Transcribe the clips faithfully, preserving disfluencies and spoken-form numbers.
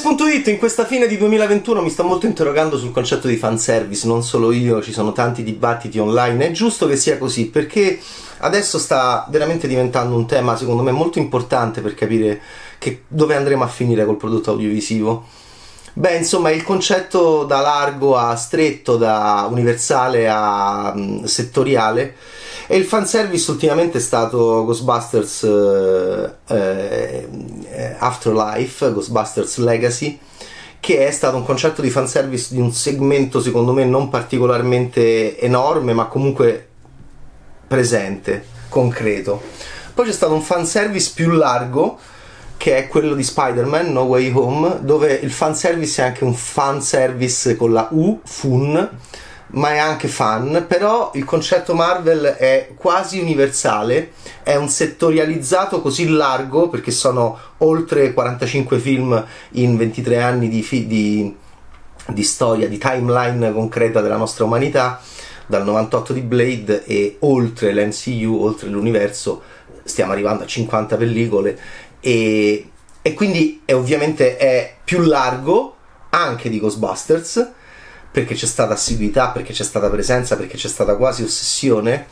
punto it in questa fine di duemilaventuno mi sto molto interrogando sul concetto di fanservice, non solo io, ci sono tanti dibattiti online, è giusto che sia così perché adesso sta veramente diventando un tema secondo me molto importante per capire che, dove andremo a finire col prodotto audiovisivo. Beh, insomma, il concetto da largo a stretto, da universale a um, settoriale, e il fanservice ultimamente è stato Ghostbusters eh, eh, Afterlife, Ghostbusters Legacy, che è stato un concetto di fanservice di un segmento secondo me non particolarmente enorme, ma comunque presente, concreto. Poi c'è stato un fanservice più largo, che è quello di Spider-Man No Way Home, dove il fanservice è anche un fanservice con la U, fun, ma è anche fan. Però il concetto Marvel è quasi universale, è un settorializzato così largo, perché sono oltre quarantacinque film in ventitré anni di, fi- di, di storia, di timeline concreta della nostra umanità, dal novantotto di Blade e oltre l'M C U, oltre l'universo, stiamo arrivando a cinquanta pellicole. E, e quindi è, ovviamente è più largo anche di Ghostbusters, perché c'è stata assiduità, perché c'è stata presenza, perché c'è stata quasi ossessione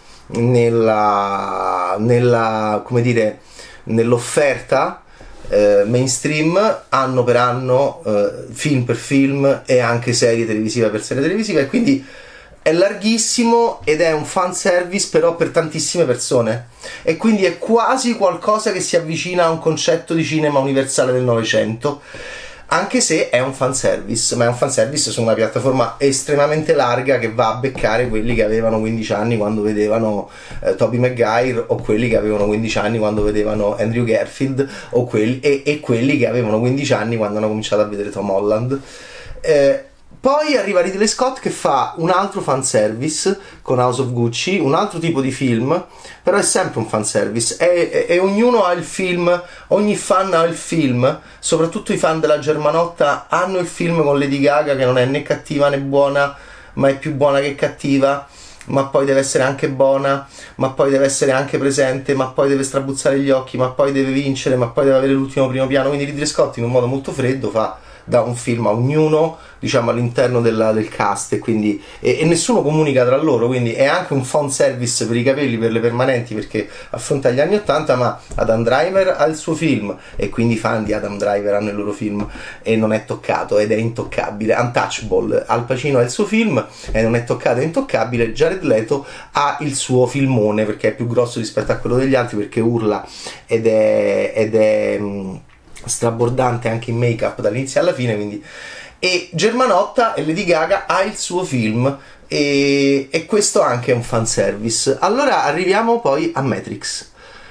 nella, nella come dire, nell'offerta eh, mainstream, anno per anno, eh, film per film e anche serie televisiva per serie televisiva, e quindi è larghissimo ed è un fanservice però per tantissime persone, e quindi è quasi qualcosa che si avvicina a un concetto di cinema universale del Novecento, anche se è un fanservice, ma è un fanservice su una piattaforma estremamente larga che va a beccare quelli che avevano quindici anni quando vedevano eh, Tobey Maguire, o quelli che avevano quindici anni quando vedevano Andrew Garfield, o quelli, e, e quelli che avevano quindici anni quando hanno cominciato a vedere Tom Holland. Eh, Poi arriva Ridley Scott che fa un altro fanservice con House of Gucci, un altro tipo di film, però è sempre un fanservice, e, e, e ognuno ha il film, ogni fan ha il film, soprattutto i fan della Germanotta hanno il film con Lady Gaga, che non è né cattiva né buona, ma è più buona che cattiva, ma poi deve essere anche buona, ma poi deve essere anche presente, ma poi deve strabuzzare gli occhi, ma poi deve vincere, ma poi deve avere l'ultimo primo piano. Quindi Ridley Scott in un modo molto freddo fa da un film a ognuno, diciamo, all'interno della, del cast, e quindi e, e nessuno comunica tra loro, quindi è anche un fan service per i capelli, per le permanenti, perché affronta gli anni ottanta, ma Adam Driver ha il suo film e quindi i fan di Adam Driver hanno il loro film e non è toccato ed è intoccabile. Untouchable, Al Pacino ha il suo film e non è toccato, è intoccabile. Jared Leto ha il suo filmone perché è più grosso rispetto a quello degli altri, perché urla ed è ed è mh, strabordante anche in make-up dall'inizio alla fine, quindi. E Germanotta e Lady Gaga ha il suo film, e, e questo anche è un fanservice. Allora arriviamo poi a Matrix,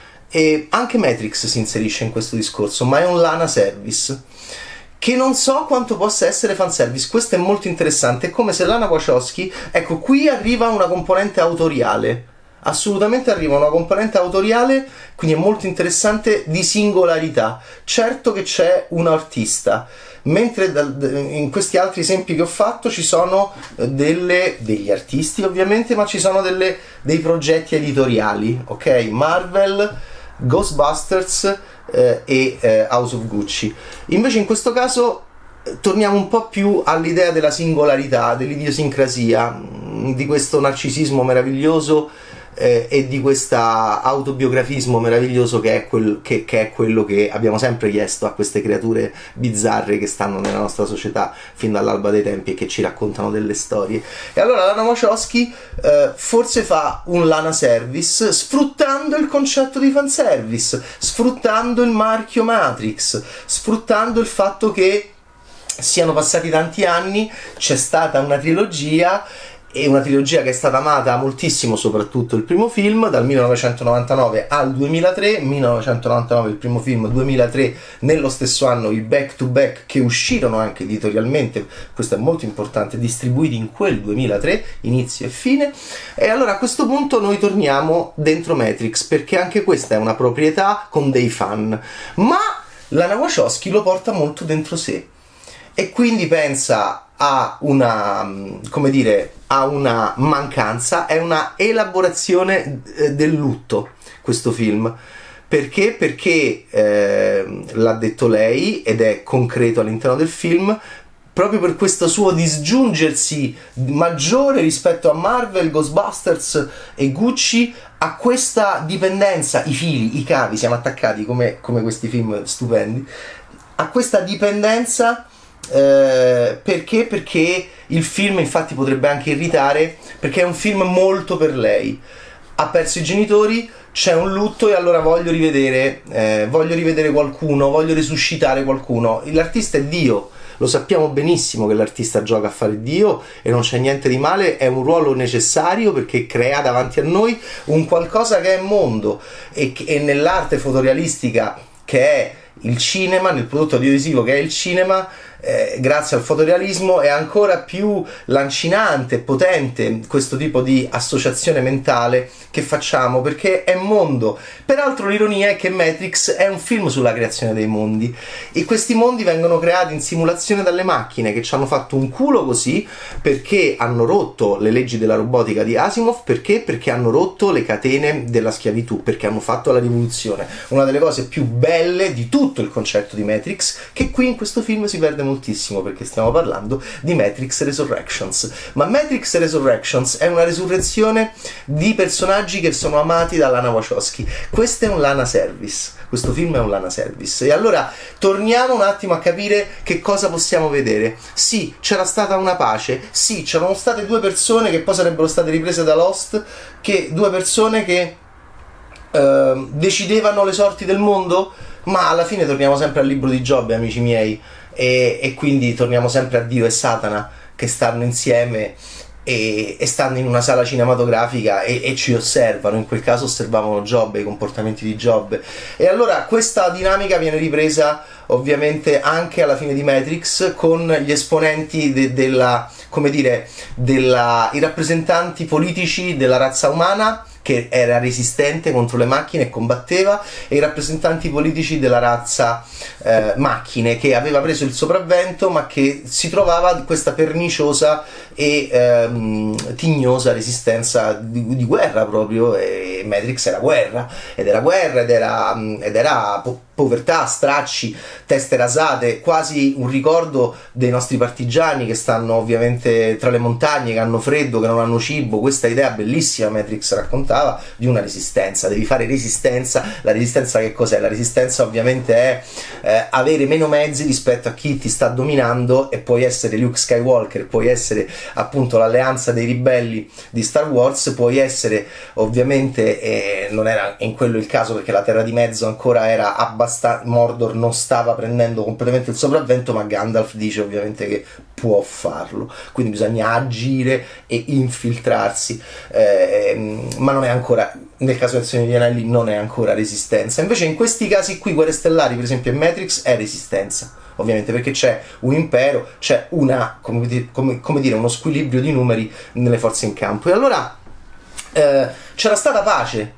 e anche Matrix si inserisce in questo discorso, ma è un Lana service che non so quanto possa essere fanservice. Questo è molto interessante, è come se Lana Wachowski, ecco, qui arriva una componente autoriale, assolutamente arriva una componente autoriale, quindi è molto interessante, di singolarità. Certo che c'è un artista, mentre in questi altri esempi che ho fatto ci sono delle, degli artisti ovviamente, ma ci sono delle, dei progetti editoriali, ok? Marvel, Ghostbusters eh, e eh, House of Gucci. Invece in questo caso eh, torniamo un po' più all'idea della singolarità, dell'idiosincrasia, di questo narcisismo meraviglioso eh, e di questo autobiografismo meraviglioso che è, quel, che, che è quello che abbiamo sempre chiesto a queste creature bizzarre che stanno nella nostra società fin dall'alba dei tempi e che ci raccontano delle storie. E allora Lana Wachowski eh, forse fa un Lana service sfruttando il concetto di fanservice, sfruttando il marchio Matrix, sfruttando il fatto che siano passati tanti anni, c'è stata una trilogia, e una trilogia che è stata amata moltissimo, soprattutto il primo film, dal millenovecentonovantanove al duemilatré, millenovecentonovantanove il primo film, duemilatré nello stesso anno il back to back, che uscirono anche editorialmente, questo è molto importante, distribuiti in quel duemilatré, inizio e fine. E allora a questo punto noi torniamo dentro Matrix, perché anche questa è una proprietà con dei fan, ma Lana Wachowski lo porta molto dentro sé, e quindi pensa a una, come dire, a una mancanza, è una elaborazione del lutto questo film, Perché? Perché eh, l'ha detto lei ed è concreto all'interno del film, proprio per questo suo disgiungersi maggiore rispetto a Marvel, Ghostbusters e Gucci, a questa dipendenza, i fili, i cavi, siamo attaccati come, come questi film stupendi, a questa dipendenza. Eh, perché? Perché il film infatti potrebbe anche irritare, perché è un film molto per lei. Ha perso i genitori, c'è un lutto e allora voglio rivedere eh, voglio rivedere qualcuno, voglio risuscitare qualcuno. L'artista è Dio, lo sappiamo benissimo che l'artista gioca a fare Dio e non c'è niente di male, è un ruolo necessario perché crea davanti a noi un qualcosa che è mondo, e, e nell'arte fotorealistica che è il cinema, nel prodotto audiovisivo che è il cinema, eh, grazie al fotorealismo è ancora più lancinante e potente questo tipo di associazione mentale che facciamo, perché è mondo. Peraltro l'ironia è che Matrix è un film sulla creazione dei mondi, e questi mondi vengono creati in simulazione dalle macchine che ci hanno fatto un culo così perché hanno rotto le leggi della robotica di Asimov. Perché? Perché hanno rotto le catene della schiavitù, perché hanno fatto la rivoluzione. Una delle cose più belle di tutto il concetto di Matrix, che qui in questo film si perde moltissimo, perché stiamo parlando di Matrix Resurrections. Ma Matrix Resurrections è una resurrezione di personaggi che sono amati da Lana Wachowski. Questo è un Lana Service, questo film è un Lana Service. E allora torniamo un attimo a capire che cosa possiamo vedere. Sì, c'era stata una pace, sì, c'erano state due persone che poi sarebbero state riprese da Lost, che due persone che eh, decidevano le sorti del mondo. Ma alla fine torniamo sempre al libro di Giobbe, amici miei, e, e quindi torniamo sempre a Dio e Satana che stanno insieme e, e stanno in una sala cinematografica e, e ci osservano. In quel caso osservavano Giobbe, i comportamenti di Giobbe. E allora questa dinamica viene ripresa ovviamente anche alla fine di Matrix, con gli esponenti de, della, come dire, della, i rappresentanti politici della razza umana che era resistente contro le macchine e combatteva, e i rappresentanti politici della razza eh, macchine, che aveva preso il sopravvento ma che si trovava in questa perniciosa e ehm, tignosa resistenza di, di guerra proprio. E Matrix era guerra, ed era guerra ed era, ed era po- povertà, stracci, teste rasate, quasi un ricordo dei nostri partigiani che stanno ovviamente tra le montagne, che hanno freddo, che non hanno cibo. Questa idea bellissima Matrix raccontava di una resistenza, devi fare resistenza. La resistenza che cos'è? La resistenza ovviamente è eh, avere meno mezzi rispetto a chi ti sta dominando, e puoi essere Luke Skywalker, puoi essere appunto l'alleanza dei ribelli di Star Wars, puoi essere ovviamente, eh, non era in quello il caso perché la Terra di Mezzo ancora era abbastanza, Mordor non stava prendendo completamente il sopravvento, ma Gandalf dice ovviamente che può farlo, quindi bisogna agire e infiltrarsi, eh, ma non è ancora, nel caso del Signore degli Anelli non è ancora resistenza. Invece in questi casi qui, Guerre Stellari per esempio e Matrix, è resistenza, ovviamente, perché c'è un impero, c'è una, come dire, come, come dire uno squilibrio di numeri nelle forze in campo. E allora eh, c'era stata pace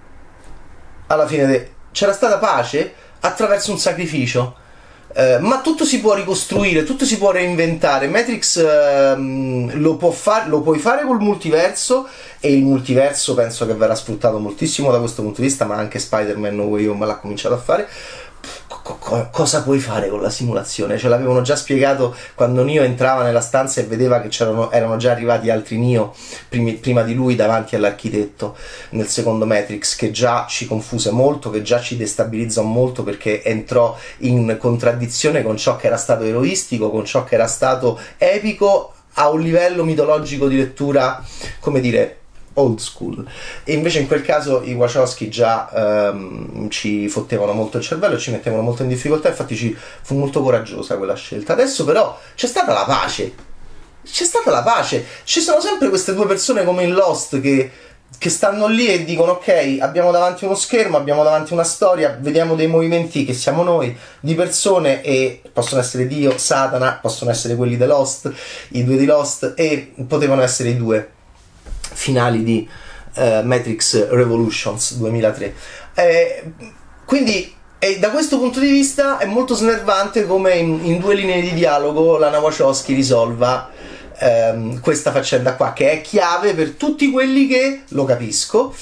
alla fine de- c'era stata pace attraverso un sacrificio, eh, ma tutto si può ricostruire, tutto si può reinventare. Matrix eh, lo, può far, lo puoi fare col multiverso, e il multiverso penso che verrà sfruttato moltissimo da questo punto di vista, ma anche Spider-Man No Way Home l'ha cominciato a fare. Co- cosa puoi fare con la simulazione? Ce l'avevano già spiegato quando Neo entrava nella stanza e vedeva che c'erano, erano già arrivati altri Neo primi, prima di lui davanti all'architetto nel secondo Matrix, che già ci confuse molto, che già ci destabilizzò molto, perché entrò in contraddizione con ciò che era stato eroistico, con ciò che era stato epico a un livello mitologico di lettura, come dire, old school. E invece in quel caso i Wachowski già ehm, ci fottevano molto il cervello e ci mettevano molto in difficoltà. Infatti ci fu molto coraggiosa quella scelta. Adesso però c'è stata la pace, c'è stata la pace, ci sono sempre queste due persone come in Lost che, che stanno lì e dicono: ok, abbiamo davanti uno schermo, abbiamo davanti una storia, vediamo dei movimenti che siamo noi, di persone, e possono essere Dio, Satana, possono essere quelli di Lost, i due di Lost, e potevano essere i due finali di uh, Matrix Revolutions duemilatré. Eh, quindi eh, da questo punto di vista è molto snervante come in, in due linee di dialogo Lana Wachowski risolva ehm, questa faccenda qua, che è chiave per tutti quelli che, lo capisco,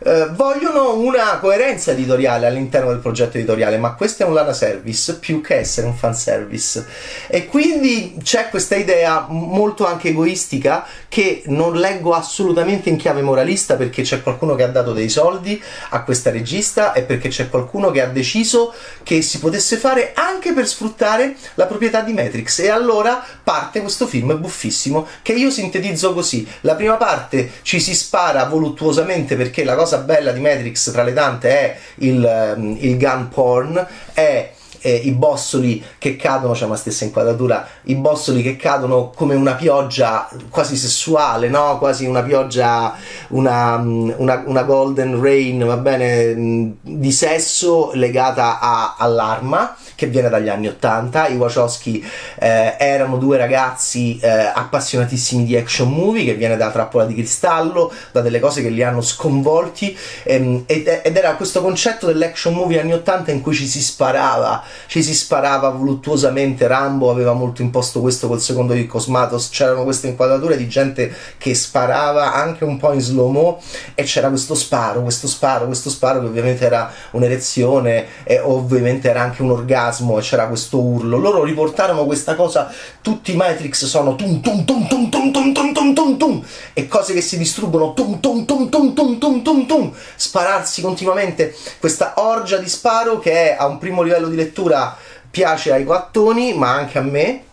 eh, vogliono una coerenza editoriale all'interno del progetto editoriale, ma questo è un Lana Service più che essere un fanservice, e quindi c'è questa idea molto anche egoistica che non leggo assolutamente in chiave moralista, perché c'è qualcuno che ha dato dei soldi a questa regista e perché c'è qualcuno che ha deciso che si potesse fare anche per sfruttare la proprietà di Matrix, e allora parte questo film buffissimo che io sintetizzo così: la prima parte ci si spara voluttuosamente, perché la cosa bella di Matrix tra le tante è il, il gun porn, è Eh, i bossoli che cadono, c'è una stessa inquadratura, i bossoli che cadono come una pioggia quasi sessuale, no? Quasi una pioggia, una, una, una golden rain, va bene, di sesso legata a, all'arma, che viene dagli anni ottanta. I Wachowski eh, erano due ragazzi eh, appassionatissimi di action movie, che viene da Trappola di cristallo, da delle cose che li hanno sconvolti, ehm, ed, ed era questo concetto dell'action movie anni ottanta in cui ci si sparava ci si sparava voluttuosamente. Rambo aveva molto imposto questo col secondo di Cosmatos, c'erano queste inquadrature di gente che sparava anche un po' in slow-mo, e c'era questo sparo, questo sparo, questo sparo che ovviamente era un'erezione, e ovviamente era anche un orgasmo, e c'era questo urlo. Loro riportarono questa cosa, tutti i Matrix sono tum tum tum tum tum tum tum tum tum tum, e cose che si distruggono tum tum tum tum tum tum tum tum, spararsi continuamente, questa orgia di sparo che è a un primo livello di lettura piace ai coattoni, ma anche a me,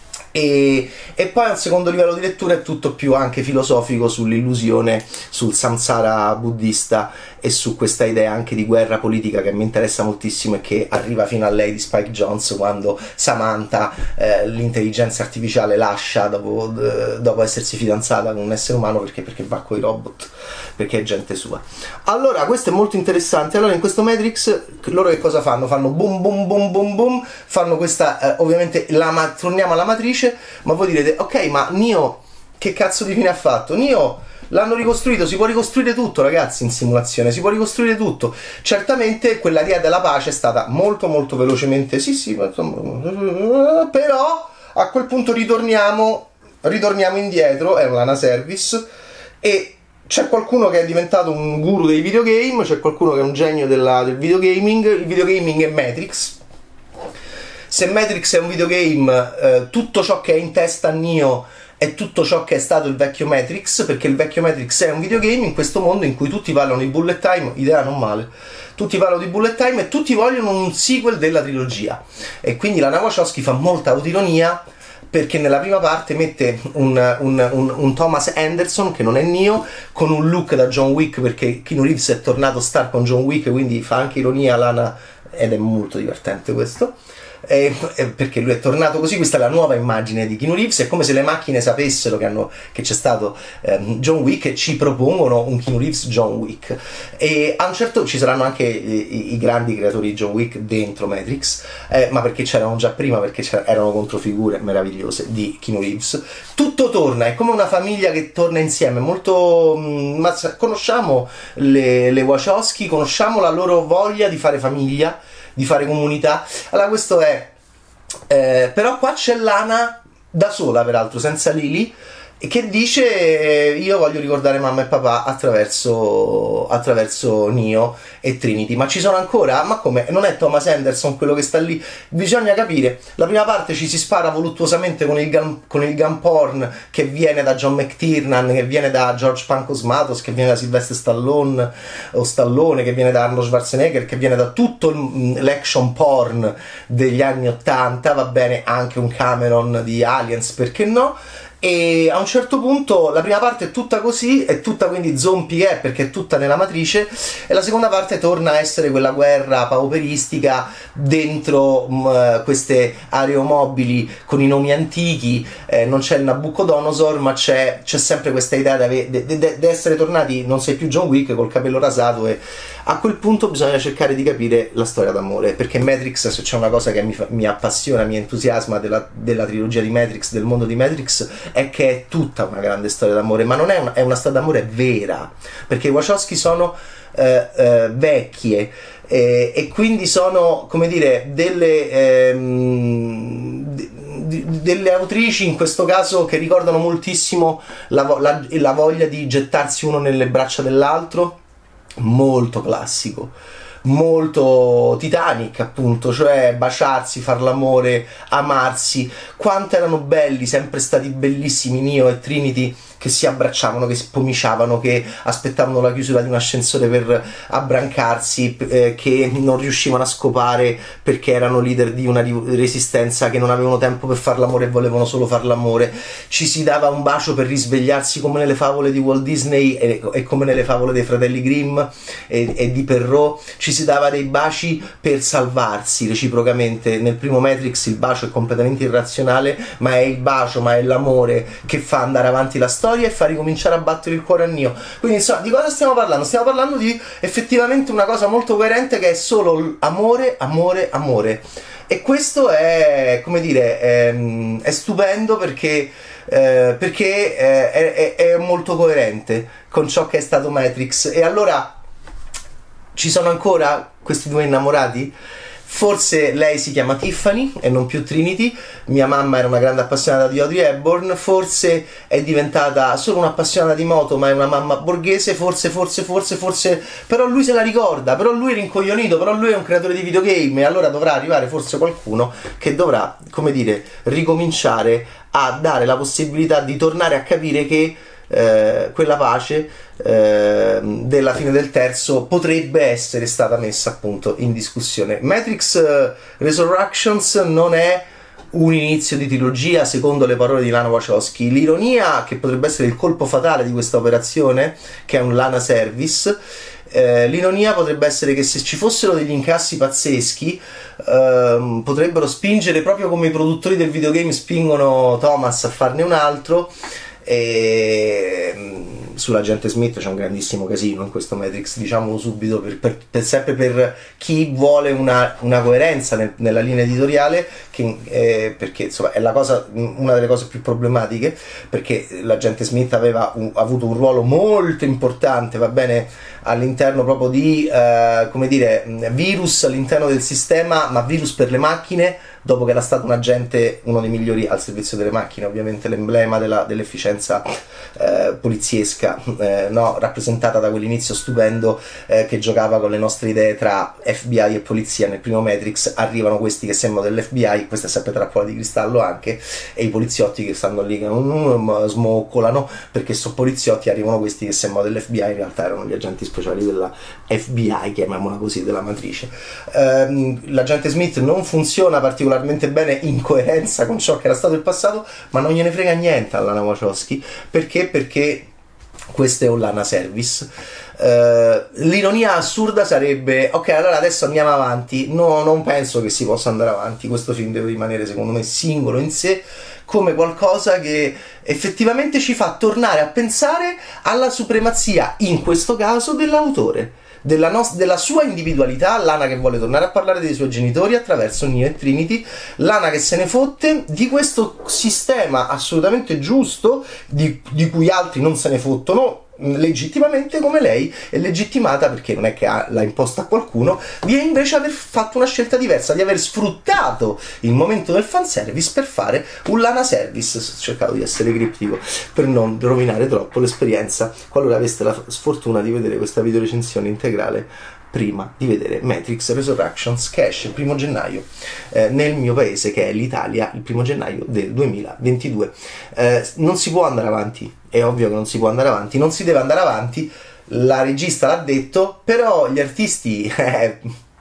e, e poi al secondo livello di lettura è tutto più anche filosofico sull'illusione, sul samsara buddista e su questa idea anche di guerra politica che mi interessa moltissimo, e che arriva fino a lei di Spike Jonze, quando Samantha, eh, l'intelligenza artificiale, lascia dopo, eh, dopo essersi fidanzata con un essere umano perché, perché va con i robot, perché è gente sua. Allora questo è molto interessante. Allora in questo Matrix loro che cosa fanno? Fanno boom boom boom boom boom, fanno questa, eh, ovviamente la, torniamo alla matrice, ma voi direte ok, ma Neo che cazzo di fine ha fatto? Neo l'hanno ricostruito, si può ricostruire tutto ragazzi in simulazione, si può ricostruire tutto. Certamente quella via della pace è stata molto molto velocemente, sì sì, però a quel punto ritorniamo ritorniamo indietro, è un Lana Service, e c'è qualcuno che è diventato un guru dei videogame, c'è qualcuno che è un genio della, del videogaming. Il videogaming è Matrix. Se Matrix è un videogame, eh, tutto ciò che è in testa a Neo è tutto ciò che è stato il vecchio Matrix, perché il vecchio Matrix è un videogame in questo mondo in cui tutti parlano di bullet time, idea non male, tutti parlano di bullet time e tutti vogliono un sequel della trilogia, e quindi Lana Wachowski fa molta autoironia, perché nella prima parte mette un, un, un, un Thomas Anderson che non è Neo, con un look da John Wick, perché Keanu Reeves è tornato star con John Wick, quindi fa anche ironia Lana, ed è molto divertente questo. Eh, perché lui è tornato così, questa è la nuova immagine di Keanu Reeves. È come se le macchine sapessero che, hanno, che c'è stato ehm, John Wick, e ci propongono un Keanu Reeves John Wick, e a un certo ci saranno anche i, i grandi creatori di John Wick dentro Matrix, eh, ma perché c'erano già prima, perché erano controfigure meravigliose di Keanu Reeves. Tutto torna, è come una famiglia che torna insieme, molto mh, ma conosciamo le, le Wachowski, conosciamo la loro voglia di fare famiglia, di fare comunità. Allora questo è eh, però qua c'è Lana da sola, peraltro senza Lily, che dice io voglio ricordare mamma e papà attraverso attraverso Neo e Trinity. Ma ci sono ancora? Ma come? Non è Thomas Anderson quello che sta lì? Bisogna capire. La prima parte ci si spara voluttuosamente con il gun, con il gun porn che viene da John McTiernan, che viene da George Pancosmatos, che viene da Sylvester Stallone o Stallone, che viene da Arnold Schwarzenegger, che viene da tutto l'action porn degli anni ottanta, va bene, anche un Cameron di Aliens, perché no? E a un certo punto la prima parte è tutta così, è tutta quindi zombie, è perché è tutta nella matrice, e la seconda parte torna a essere quella guerra pauperistica dentro mh, queste aeromobili con i nomi antichi. Eh, non c'è il Nabucodonosor, ma c'è, c'è sempre questa idea di essere tornati, non sei più John Wick col capello rasato, e a quel punto bisogna cercare di capire la storia d'amore, perché Matrix, se c'è una cosa che mi, fa, mi appassiona, mi entusiasma della, della trilogia di Matrix, del mondo di Matrix, è che è tutta una grande storia d'amore, ma non è una, è una storia d'amore vera, perché i Wachowski sono eh, eh, vecchie, eh, e quindi sono, come dire, delle ehm, d- delle autrici in questo caso che ricordano moltissimo la, la, la voglia di gettarsi uno nelle braccia dell'altro, molto classico, molto Titanic appunto, cioè baciarsi, far l'amore, amarsi. Quanto erano belli, sempre stati bellissimi Neo e Trinity, che si abbracciavano, che si pomiciavano, che aspettavano la chiusura di un ascensore per abbrancarsi, eh, che non riuscivano a scopare perché erano leader di una resistenza, che non avevano tempo per far l'amore e volevano solo far l'amore. Ci si dava un bacio per risvegliarsi, come nelle favole di Walt Disney e, e come nelle favole dei fratelli Grimm e, e di Perrault. Ci si dava dei baci per salvarsi reciprocamente. Nel primo Matrix il bacio è completamente irrazionale, ma è il bacio, ma è l'amore che fa andare avanti la storia e fa ricominciare a battere il cuore a Neo. Quindi insomma, di cosa stiamo parlando? Stiamo parlando di effettivamente una cosa molto coerente, che è solo amore, amore, amore. E questo è, come dire, è, è stupendo, perché eh, perché è, è, è molto coerente con ciò che è stato Matrix. E allora ci sono ancora questi due innamorati? Forse lei si chiama Tiffany e non più Trinity. Mia mamma era una grande appassionata di Audrey Hepburn. Forse è diventata solo un'appassionata di moto, ma è una mamma borghese. Forse, forse, forse, forse. Però lui se la ricorda. Però lui è rincoglionito. Però lui è un creatore di videogame. E allora dovrà arrivare forse qualcuno che dovrà, come dire, ricominciare a dare la possibilità di tornare a capire che Eh, quella pace eh, della fine del terzo potrebbe essere stata messa appunto in discussione. Matrix eh, Resurrections non è un inizio di trilogia, secondo le parole di Lana Wachowski. L'ironia, che potrebbe essere il colpo fatale di questa operazione, che è un Lana Service, eh, l'ironia potrebbe essere che se ci fossero degli incassi pazzeschi eh, potrebbero spingere, proprio come i produttori del videogame spingono Thomas a farne un altro. E sull'agente Smith c'è un grandissimo casino in questo Matrix, diciamolo subito, per, per, per sempre per chi vuole una, una coerenza nel, nella linea editoriale, che, eh, perché insomma è la cosa, una delle cose più problematiche, perché l'agente Smith aveva un, avuto un ruolo molto importante, va bene, all'interno proprio di eh, come dire, virus all'interno del sistema, ma virus per le macchine, dopo che era stato un agente, uno dei migliori al servizio delle macchine, ovviamente l'emblema della, dell'efficienza eh, poliziesca, eh, no? rappresentata da quell'inizio stupendo eh, che giocava con le nostre idee tra F B I e polizia. Nel primo Matrix arrivano questi che sembrano dell'F B I, questa è sempre trappola di cristallo anche, e i poliziotti che stanno lì che um, smoccolano perché sono poliziotti, arrivano questi che sembrano dell'F B I, in realtà erano gli agenti speciali della F B I, chiamiamola così, della matrice. Um, l'agente Smith non funziona particolarmente bene in coerenza con ciò che era stato il passato, ma non gliene frega niente alla Lana Wachowski. Perché? Perché questo è un Lana Service. Uh, l'ironia assurda sarebbe: ok, allora adesso andiamo avanti. No, non penso che si possa andare avanti. Questo film deve rimanere, secondo me, singolo in sé, come qualcosa che effettivamente ci fa tornare a pensare alla supremazia, in questo caso, dell'autore, della, no- della sua individualità. Lana che vuole tornare a parlare dei suoi genitori attraverso Neo e Trinity, Lana che se ne fotte di questo sistema assolutamente giusto, di, di cui altri non se ne fottono legittimamente come lei è legittimata, perché non è che ha, l'ha imposta a qualcuno, di invece aver fatto una scelta diversa, di aver sfruttato il momento del fanservice per fare un Lana Service. Ho cercato di essere criptico per non rovinare troppo l'esperienza, qualora aveste la sfortuna di vedere questa video recensione integrale prima di vedere Matrix Resurrections, che esce il primo gennaio eh, nel mio paese, che è l'Italia, il primo gennaio del duemilaventidue. Eh, non si può andare avanti, è ovvio che non si può andare avanti, non si deve andare avanti, la regista l'ha detto, però gli artisti eh,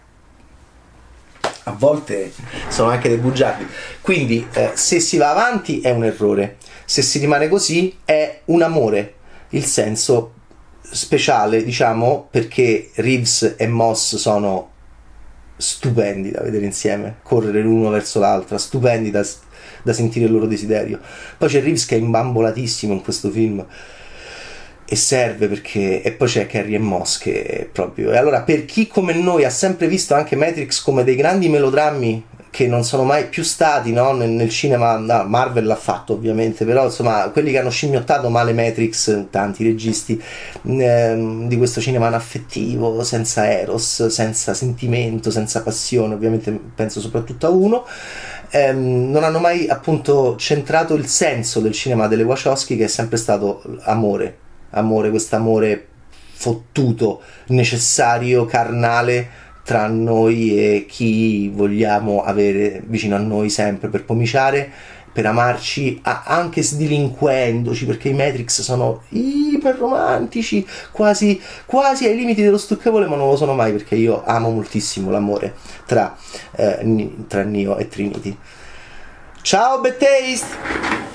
a volte sono anche dei bugiardi, quindi eh, se si va avanti è un errore, se si rimane così è un amore, il senso speciale, diciamo, perché Reeves e Moss sono stupendi da vedere insieme, correre l'uno verso l'altra, stupendi da, da sentire il loro desiderio. Poi c'è Reeves che è imbambolatissimo in questo film e serve, perché, e poi c'è Carrie e Moss che è proprio, e allora per chi come noi ha sempre visto anche Matrix come dei grandi melodrammi che non sono mai più stati, no? nel, nel cinema, no, Marvel l'ha fatto ovviamente, però insomma quelli che hanno scimmiottato male Matrix, tanti registi ehm, di questo cinema anaffettivo, senza eros, senza sentimento, senza passione, ovviamente penso soprattutto a uno, ehm, non hanno mai appunto centrato il senso del cinema delle Wachowski, che è sempre stato amore, amore, quest'amore fottuto, necessario, carnale tra noi e chi vogliamo avere vicino a noi sempre per pomiciare, per amarci, anche sdilinquendoci, perché i Matrix sono iper romantici, quasi, quasi ai limiti dello stucchevole, ma non lo sono mai, perché io amo moltissimo l'amore tra, eh, tra Neo e Trinity. Ciao Bad Taste!